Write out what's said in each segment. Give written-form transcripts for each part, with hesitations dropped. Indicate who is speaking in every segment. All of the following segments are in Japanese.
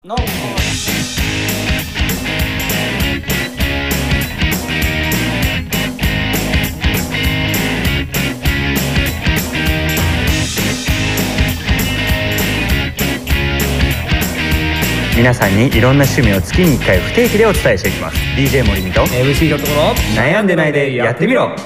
Speaker 1: の皆さんにいろんな趣味を月に1回不定期でお伝えしていきます。 DJ 森美と
Speaker 2: MC ひょっとこの
Speaker 1: 悩んでないでやってみろ。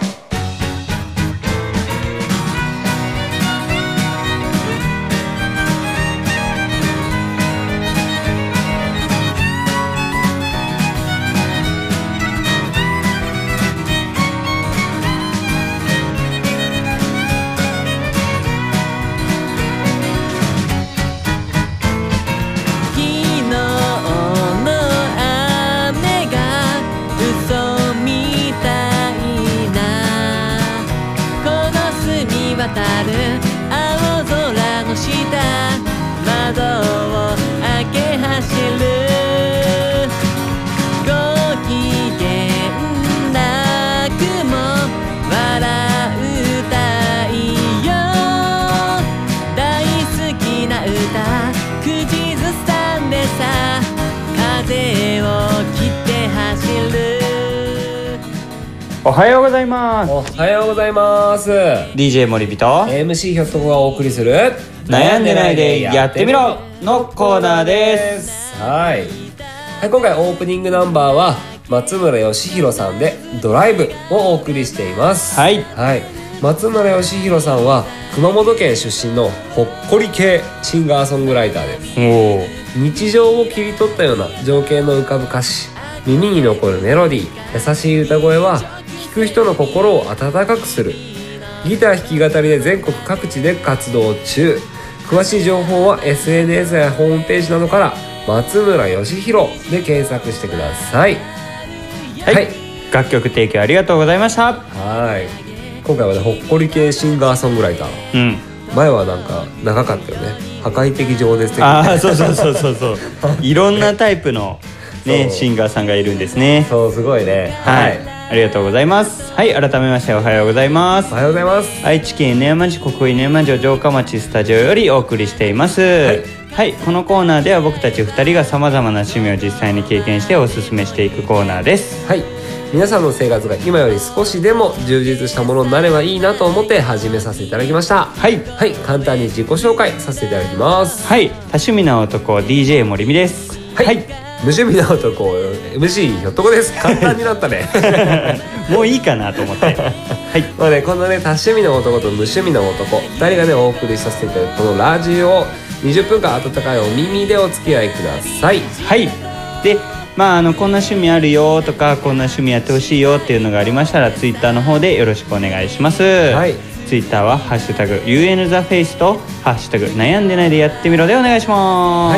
Speaker 1: おはようございます。
Speaker 2: おはようございます。
Speaker 1: DJ 森美と
Speaker 2: MC ひょっとこがお送りする
Speaker 1: 悩んでないでやってみろのコーナーです。
Speaker 2: はい、今回オープニングナンバーは松村義弘さんでドライブをお送りしています。
Speaker 1: はい、
Speaker 2: 松村義弘さんは熊本県出身のほっこり系シンガーソングライターです。日常を切り取ったような情景の浮かぶ歌詞、耳に残るメロディー、優しい歌声は聴く人の心を温かくする。ギター弾き語りで全国各地で活動中。詳しい情報は SNS やホームページなどから松村義弘で検索してください。
Speaker 1: はい、楽曲提供ありがとうございました。
Speaker 2: 今回はね、ほっこり系シンガーソングライター、前はなんか長かったよね、破壊的情熱的な。
Speaker 1: そういろんなタイプのねシンガーさんがいるんですね。
Speaker 2: そう、すごいね。
Speaker 1: ありがとうございます。改めましておはようございます。
Speaker 2: おはようございます。
Speaker 1: 愛知県犬山市国営犬山城城下町スタジオよりお送りしています。このコーナーでは僕たち2人がさまざまな趣味を実際に経験しておすすめしていくコーナーです。
Speaker 2: 皆さんの生活が今より少しでも充実したものになればいいなと思って始めさせていただきました。簡単に自己紹介させていただきます。
Speaker 1: 多趣味な男 DJ 森美です。
Speaker 2: 無趣味な男 MC ひょっとこです。簡単になったね。
Speaker 1: もういいかなと思って
Speaker 2: このね、多趣味な男と無趣味な男2人がねお送りさせていただくこのラジオを20分間温かいお耳でお付き合いください。
Speaker 1: でこんな趣味あるよとか、こんな趣味やってほしいよっていうのがありましたら、ツイッターの方でよろしくお願いします。ツイッターはハッシュタグ UNTheFace とハッシュタグ悩んでないでやってみろでお願いします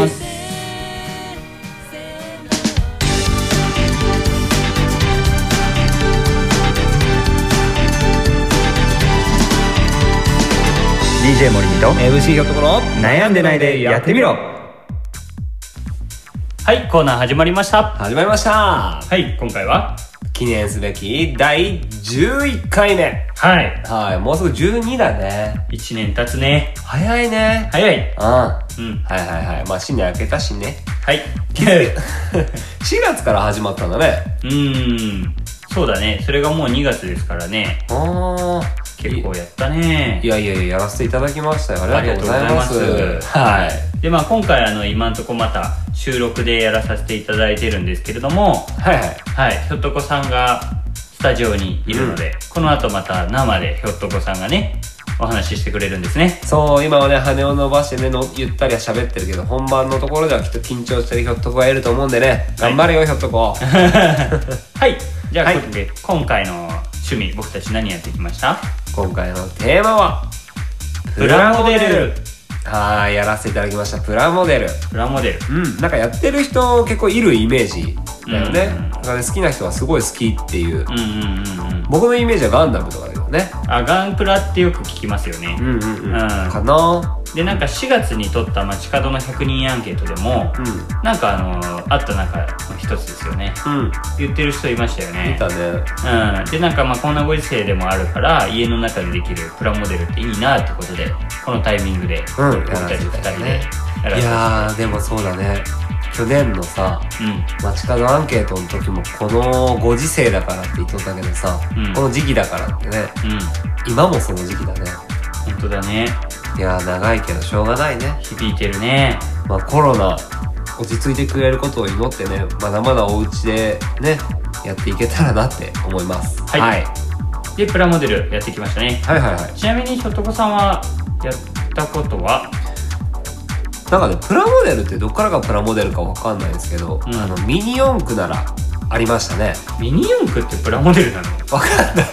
Speaker 1: 。DJ 森美と
Speaker 2: MC ひょっとこの
Speaker 1: 悩んでないでやってみろ。コーナー始まりました。今回は
Speaker 2: 記念すべき第11回目。もうすぐ12だね。
Speaker 1: 1年経つね。
Speaker 2: 早いね。新年明けたしね。4月から始まったんだね。
Speaker 1: そうだね。それがもう2月ですからね。結構やったね。
Speaker 2: いややらせていただきましたよ。ありがとうございます。
Speaker 1: で今回今んとこまた収録でやらさせていただいてるんですけれども、ひょっとこさんがスタジオにいるので、この後また生でひょっとこさんがねお話ししてくれるんですね。
Speaker 2: そう、今はね羽を伸ばしてねゆったりは喋ってるけど、本番のところではきっと緊張してるひょっとこがいると思うんでね、頑張れよひょっとこ。
Speaker 1: じゃあ、今回の趣味僕たち何やってきました？
Speaker 2: 今回のテーマは
Speaker 1: プラモデル。
Speaker 2: やらせていただきました。プラモデル。なんかやってる人結構いるイメージだよね。だからね、好きな人はすごい好きっていう。僕のイメージはガンダムとかだけどね。
Speaker 1: ガンプラってよく聞きますよね。
Speaker 2: かな。
Speaker 1: でなんか4月に撮った街角の100人アンケートでも、なんかあった中の一つですよね。言ってる人いましたよね。
Speaker 2: 見たね。
Speaker 1: でなんかこんなご時世でもあるから家の中でできるプラモデルっていいなってことで、このタイミングで僕たち2人でやらせて。
Speaker 2: でもそうだね。 去年のさ、街角アンケートの時もこのご時世だからって言っとったけどさ、この時期だからってね、今もその時期だね。
Speaker 1: 本当だね。
Speaker 2: いや長いけどしょうがないね。
Speaker 1: 響いてるね。
Speaker 2: まあコロナ落ち着いてくれることを祈ってね、まだまだお家でねやっていけたらなって思います。
Speaker 1: はい。でプラモデルやってきましたね。ちなみにひょっとこさんはやったことは？
Speaker 2: なんかね、プラモデルってどっからがプラモデルかわかんないんですけど、ミニ四駆ならありましたね。
Speaker 1: ミニ四駆ってプラモデルなの？
Speaker 2: わかんない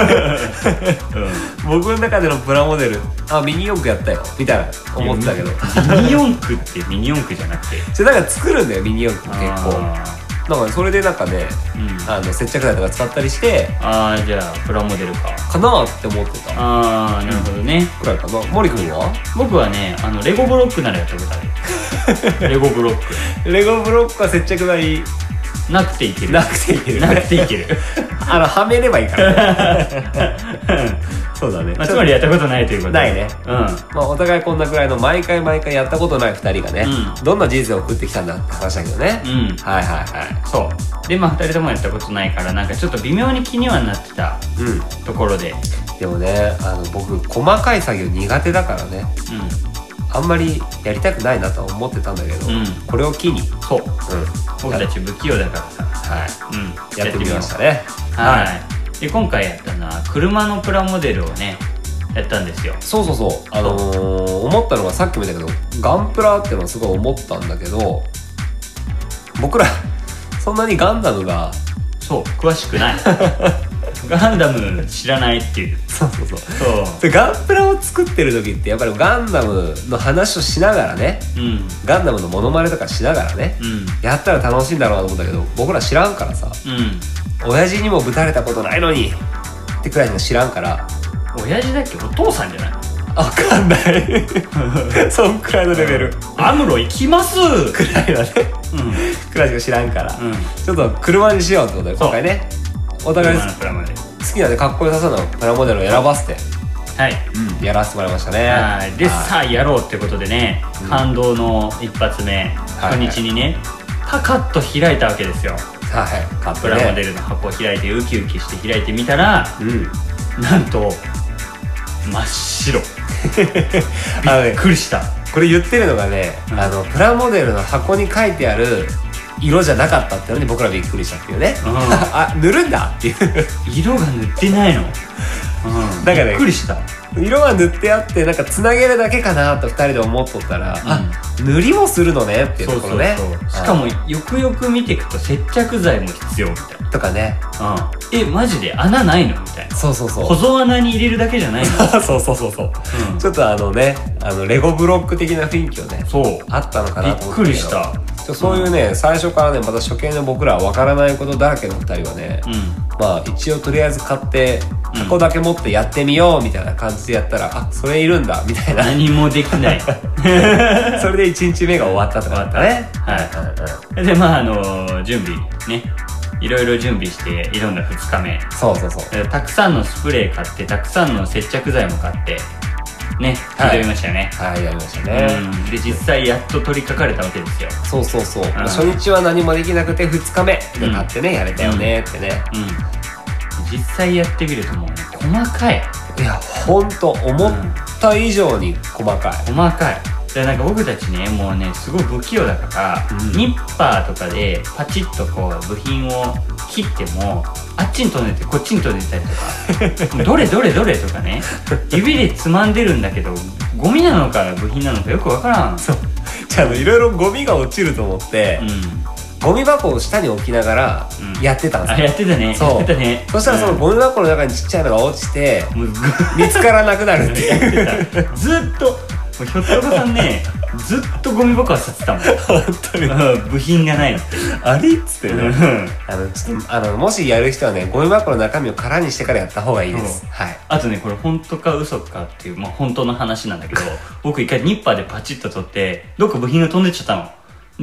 Speaker 2: 僕の中でのプラモデル、ミニ四駆やったよみたいな思ってたけど、
Speaker 1: ミニ四駆ってミニ四駆じゃなくて
Speaker 2: それなんか作るんだよ、ミニ四駆結構。なんかそれでなんかね、接着剤とか使ったりして、
Speaker 1: じゃあプラモデルか
Speaker 2: なって思ってた。
Speaker 1: なるほどね。
Speaker 2: くらいかな。森君は？
Speaker 1: 僕はね、レゴブロックならやったことある。レゴブロック。
Speaker 2: レゴブロックは接着剤
Speaker 1: なくていける。
Speaker 2: なくていける。はめればいいからね。そうだね。
Speaker 1: つまりやったことないということ
Speaker 2: ないね。お互いこんなくらいの毎回やったことない2人がね、どんな人生を送ってきたんだって話だけどね。
Speaker 1: そうで、2人ともやったことないからなんかちょっと微妙に気にはなってたところで、
Speaker 2: でもね、僕細かい作業苦手だからね、あんまりやりたくないなとは思ってたんだけど、これを機に
Speaker 1: 僕たち不器用だからさ、
Speaker 2: やってみましたね。
Speaker 1: で今回やったのは車のプラモデルをねやったんですよ。
Speaker 2: そう思ったのが、さっきも言ったけどガンプラっていうのはすごい思ったんだけど、僕らそんなにガンダムが
Speaker 1: 詳しくないガンダム知らないっていう。
Speaker 2: でガンプラを作ってる時ってやっぱりガンダムの話をしながらね、ガンダムのモノマネとかしながらね、やったら楽しいんだろうなと思ったけど、僕ら知らんからさ、親父にもぶたれたことないのにってくらいしか知らんから。
Speaker 1: 親父だっけ？お父さんじゃない？
Speaker 2: わかんないそんくらいのレベル。
Speaker 1: アムロ行きます
Speaker 2: くらいのね、くらいしか知らんから、ちょっと車にしようってことで今回ね、お互い好きなねかっこよさそうなプラモデルを選ばせてやらせてもらいましたね。
Speaker 1: でさあやろうってことでね、感動の一発目初日にねパカッと開いたわけですよ。プラモデルの箱を開いてウキウキして開いてみたら、なんと真っ白びっくりした。
Speaker 2: これ言ってるのがね、プラモデルの箱に書いてある色じゃなかったっていうのに僕らびっくりしたっていうね。塗るんだっていう
Speaker 1: 色が塗ってないの。だからびっくりした。
Speaker 2: 色は塗ってあってなんかつなげるだけかなと2人で思っとったら、塗りもするのねっていうところね。
Speaker 1: しかもよくよく見ていくと接着剤も必要みたいな
Speaker 2: とかね。
Speaker 1: マジで穴ないのみたいな。
Speaker 2: 保
Speaker 1: 存穴に入れるだけじゃないの。
Speaker 2: ちょっとレゴブロック的な雰囲気をねあったのかなと思って。
Speaker 1: びっくりした。
Speaker 2: そういうね、最初からね、また初見の僕らは分からないことだらけの2人はね、一応とりあえず買って箱だけ持ってやってみようみたいな感じでやったら、それいるんだみたいな。
Speaker 1: 何もできないそ
Speaker 2: れで1日目が終わったとかだったね。
Speaker 1: で準備ね、いろいろ準備して挑んだ2日目。たくさんのスプレー買って、たくさんの接着剤も買ってね、挑みましたよね。
Speaker 2: やりましたね。
Speaker 1: で実際やっと取り掛かれたわけですよ。
Speaker 2: 初日は何もできなくて2日目で買ってね、やれたよねってね。
Speaker 1: 実際やってみるともうね、細かい。
Speaker 2: いやほんと思った以上に細かい。
Speaker 1: でなんか僕たちね、もうねすごい不器用だから、ニッパーとかでパチッとこう部品を切ってもあっちに飛んでてこっちに飛んでたりとかどれとかね、指でつまんでるんだけどゴミなのか部品なのかよくわからん。
Speaker 2: じゃあいろいろゴミが落ちると思って、ゴミ箱を下に置きながらやってたんですよ。
Speaker 1: やってたね。
Speaker 2: そしたらそのゴミ箱の中にちっちゃいのが落ちて見つからなくなるっていう
Speaker 1: ずっとひょっとこさんね、ずっとゴミ箱はさせてたもん。
Speaker 2: 本当に
Speaker 1: 部品がないって
Speaker 2: あれっつってね。ちょっともしやる人はね、ゴミ箱の中身を空にしてからやった方がいいです。
Speaker 1: あとね、これ本当か嘘かっていう、本当の話なんだけど僕一回ニッパーでパチッと取ってどっか部品が飛んでっちゃったので、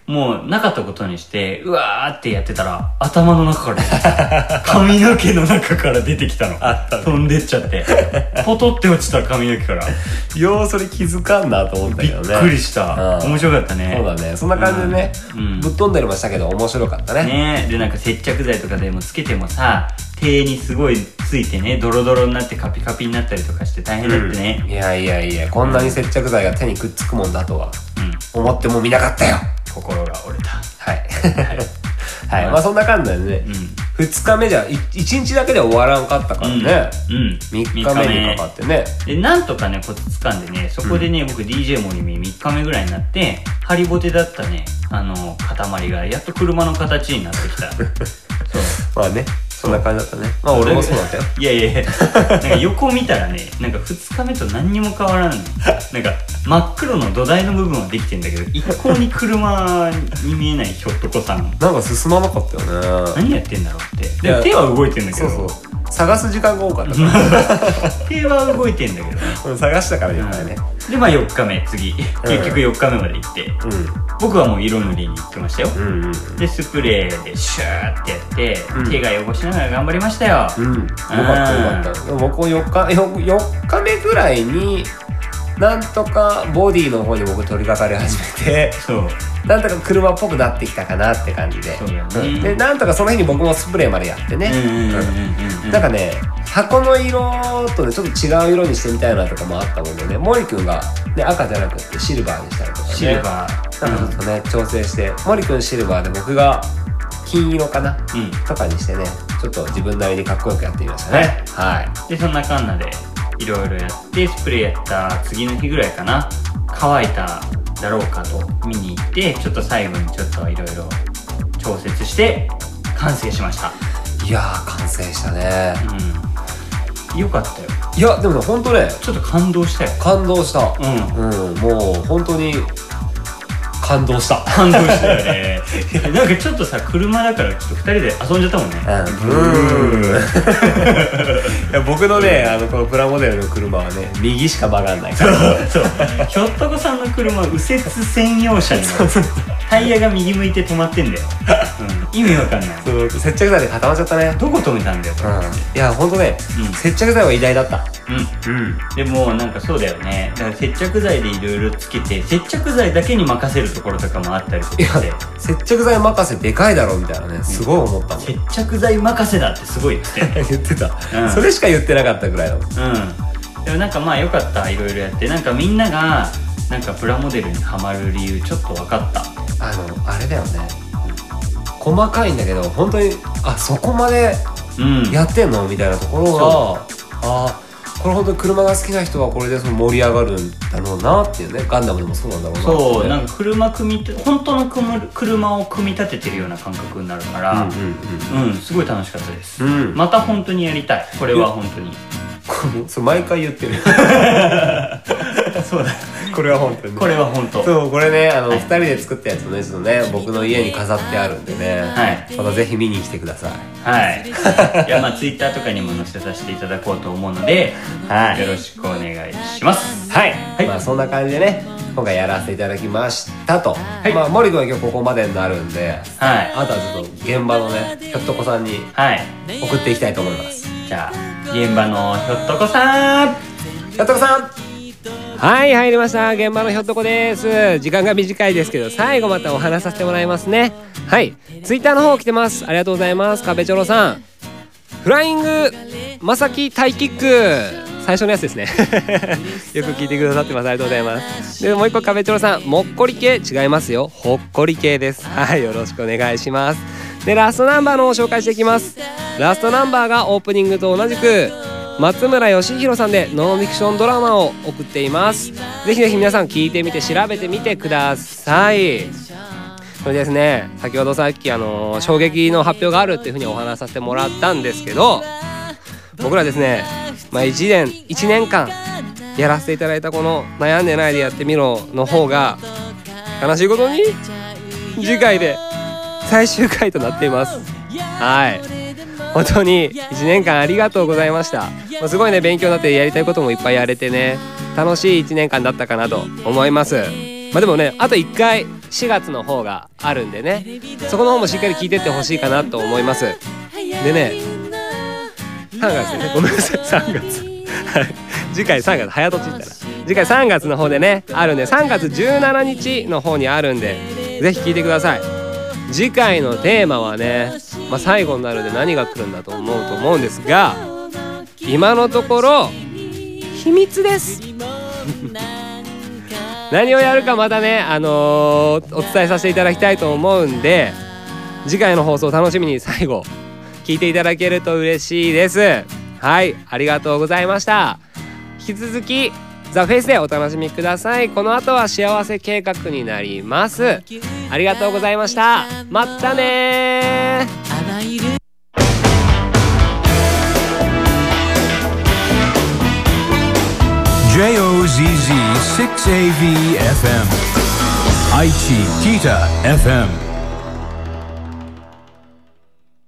Speaker 1: もうなかったことにしてうわーってやってたら頭の中から髪の毛の中から出てきたの。
Speaker 2: あったね。
Speaker 1: 飛んでっちゃってポトって落ちた髪の毛から。
Speaker 2: ようそれ気づかんなと思ったけどね。
Speaker 1: びっくりした。面白かったね。
Speaker 2: そうだね。そんな感じでね、ぶっ飛んでりましたけど面白かったね。
Speaker 1: ね。でなんか接着剤とかでもつけてもさ、手にすごいついてね、ドロドロになってカピカピになったりとかして大変だってね。
Speaker 2: いやいやいや、こんなに接着剤が手にくっつくもんだとは思ってもみなかったよ。
Speaker 1: 心が折れた。
Speaker 2: はいはい、まあそんな感じでね、2日目じゃ1日だけで終わらんかったからね、3日目にかかってね。
Speaker 1: でなんとかねコツつかんでね、そこでね、僕 DJ 森美3日目ぐらいになってハリボテだったね塊がやっと車の形になってきた。そう
Speaker 2: まあね、そんな感じだったね。まあ俺もそうだったよ。
Speaker 1: いやいやいや、なんか横見たらね、なんか2日目と何にも変わらんの。なんか真っ黒の土台の部分はできてんだけど、一向に車に見えないひょっとこさん。
Speaker 2: なんか進まなかったよね。
Speaker 1: 何やってんだろうって。で手は動いてんだけど。そうそう。
Speaker 2: 探す時間が多かったから
Speaker 1: 手は動いてんだけど
Speaker 2: ね。探したからいっぱいね。
Speaker 1: でまあ4日目次、結局4日目まで行って、僕はもう色塗りに行ってましたよ。でスプレーでシューってやって、手が汚しながら頑張りましたよ。よかったよ
Speaker 2: かった。僕も4日目ぐらいになんとかボディの方に僕取り掛かり始めて、そうなんとか車っぽくなってきたかなって感じで、でなんとかその日に僕もスプレーまでやってね、なんかね箱の色とねちょっと違う色にしてみたいなとかもあったもんでね、森くんが、ね、赤じゃなくてシルバーにしたりとかね、
Speaker 1: シルバー
Speaker 2: なんかちょっとね、調整して森くんシルバーで僕が金色かな、とかにしてね、ちょっと自分なりにかっこよくやってみましたね。はい。
Speaker 1: でそんなかんなでいろいろやってスプレーやった次の日ぐらいかな、乾いただろうかと見に行って、ちょっと最後にちょっといろいろ調節して完成しました。
Speaker 2: いやー完成したね。
Speaker 1: よかったよ。
Speaker 2: いやでもねほんとね
Speaker 1: ちょっと感動したよ。
Speaker 2: 感動した。もう本当に感動した。
Speaker 1: 感動したよね。なんかちょっとさ車だからちょっと2人で遊んじゃったもんね。
Speaker 2: いや僕のねこのプラモデルの車はね右しか曲がんないから。
Speaker 1: そうひょっとこさんの車は右折専用車になる。タイヤが右向いて止まってんだよ。意味わかんない。
Speaker 2: そう接着剤で固まっちゃったね。
Speaker 1: どこ止めたんだよ。
Speaker 2: いやほんとね接着剤は偉大だった。
Speaker 1: でもなんかそうだよね。だから接着剤でいろいろつけて接着剤だけに任せるところとかもあったりとかして、
Speaker 2: 接着剤任せでかいだろみたいなね、すごい思ったもん。
Speaker 1: 接着剤任せだってすごい言って
Speaker 2: 言ってた、それしか言ってなかったぐらいだもん。
Speaker 1: でもなんかまあよかった、いろいろやって。なんかみんながなんかプラモデルにハマる理由ちょっと分かった。
Speaker 2: あれだよね、細かいんだけど本当にそこまでやってんのみたいなところが、これ本当に車が好きな人はこれで盛り上がるんだろうなっていうね。ガンダムでもそうなんだろうなって、ね、
Speaker 1: そうなんか本当の車を組み立ててるような感覚になるからすごい楽しかったです、また本当にやりたい。これは本当に
Speaker 2: それ毎回言ってる。
Speaker 1: そうだ、
Speaker 2: これは本当に、
Speaker 1: これは本当。
Speaker 2: そうこれね2人で作ったやつのやつのね僕の家に飾ってあるんでね、またぜひ見に来てください。
Speaker 1: いやまあツイッターとかにも載せさせていただこうと思うので、よろしくお願いします。
Speaker 2: まあそんな感じでね今回やらせていただきましたと。まあ森君は今日ここまでになるんで、あとはちょっと現場のねひょっとこさんに送っていきたいと思います。
Speaker 1: じゃあ現場のひょっとこさん、
Speaker 2: ひょっとこさん。はい入りました。現場のひょっとこです。時間が短いですけど最後またお話しさせてもらいますね。ツイッターの方来てます。ありがとうございます。壁チョロさん、フライングまさきタイキック、最初のやつですね。よく聞いてくださってます。ありがとうございます。でもう一個壁チョロさん、もっこり系違いますよ、ほっこり系です。よろしくお願いします。でラストナンバーのを紹介していきます。ラストナンバーがオープニングと同じく松村義弘さんでノンフィクションドラマを送っています。ぜひぜひ皆さん聞いてみて調べてみてください。それですね、先ほどさっき衝撃の発表があるっていうふうにお話しさせてもらったんですけど、僕らですね、1年間やらせていただいたこの悩んでないでやってみろの方が悲しいことに次回で最終回となっています。本当に1年間ありがとうございました。すごいね勉強になってやりたいこともいっぱいやれてね、楽しい1年間だったかなと思います。でもねあと1回 4月の方があるんでね、そこの方もしっかり聞いてってほしいかなと思います。でね、3月でね、ごめんなさい、3月次回3月早とちったら次回3月の方でねあるんで、3月17日の方にあるんでぜひ聞いてください。次回のテーマはね、最後になるんで何が来るんだと思うんですが、今のところ秘密です何をやるかまたね、お伝えさせていただきたいと思うんで、次回の放送楽しみに最後聞いていただけると嬉しいです。はい、ありがとうございました。引き続きザ・フェイスでお楽しみください。この後は幸せ計画になります。ありがとうございました。またねー。
Speaker 3: JOZZ6AV FM Aichi Kita FM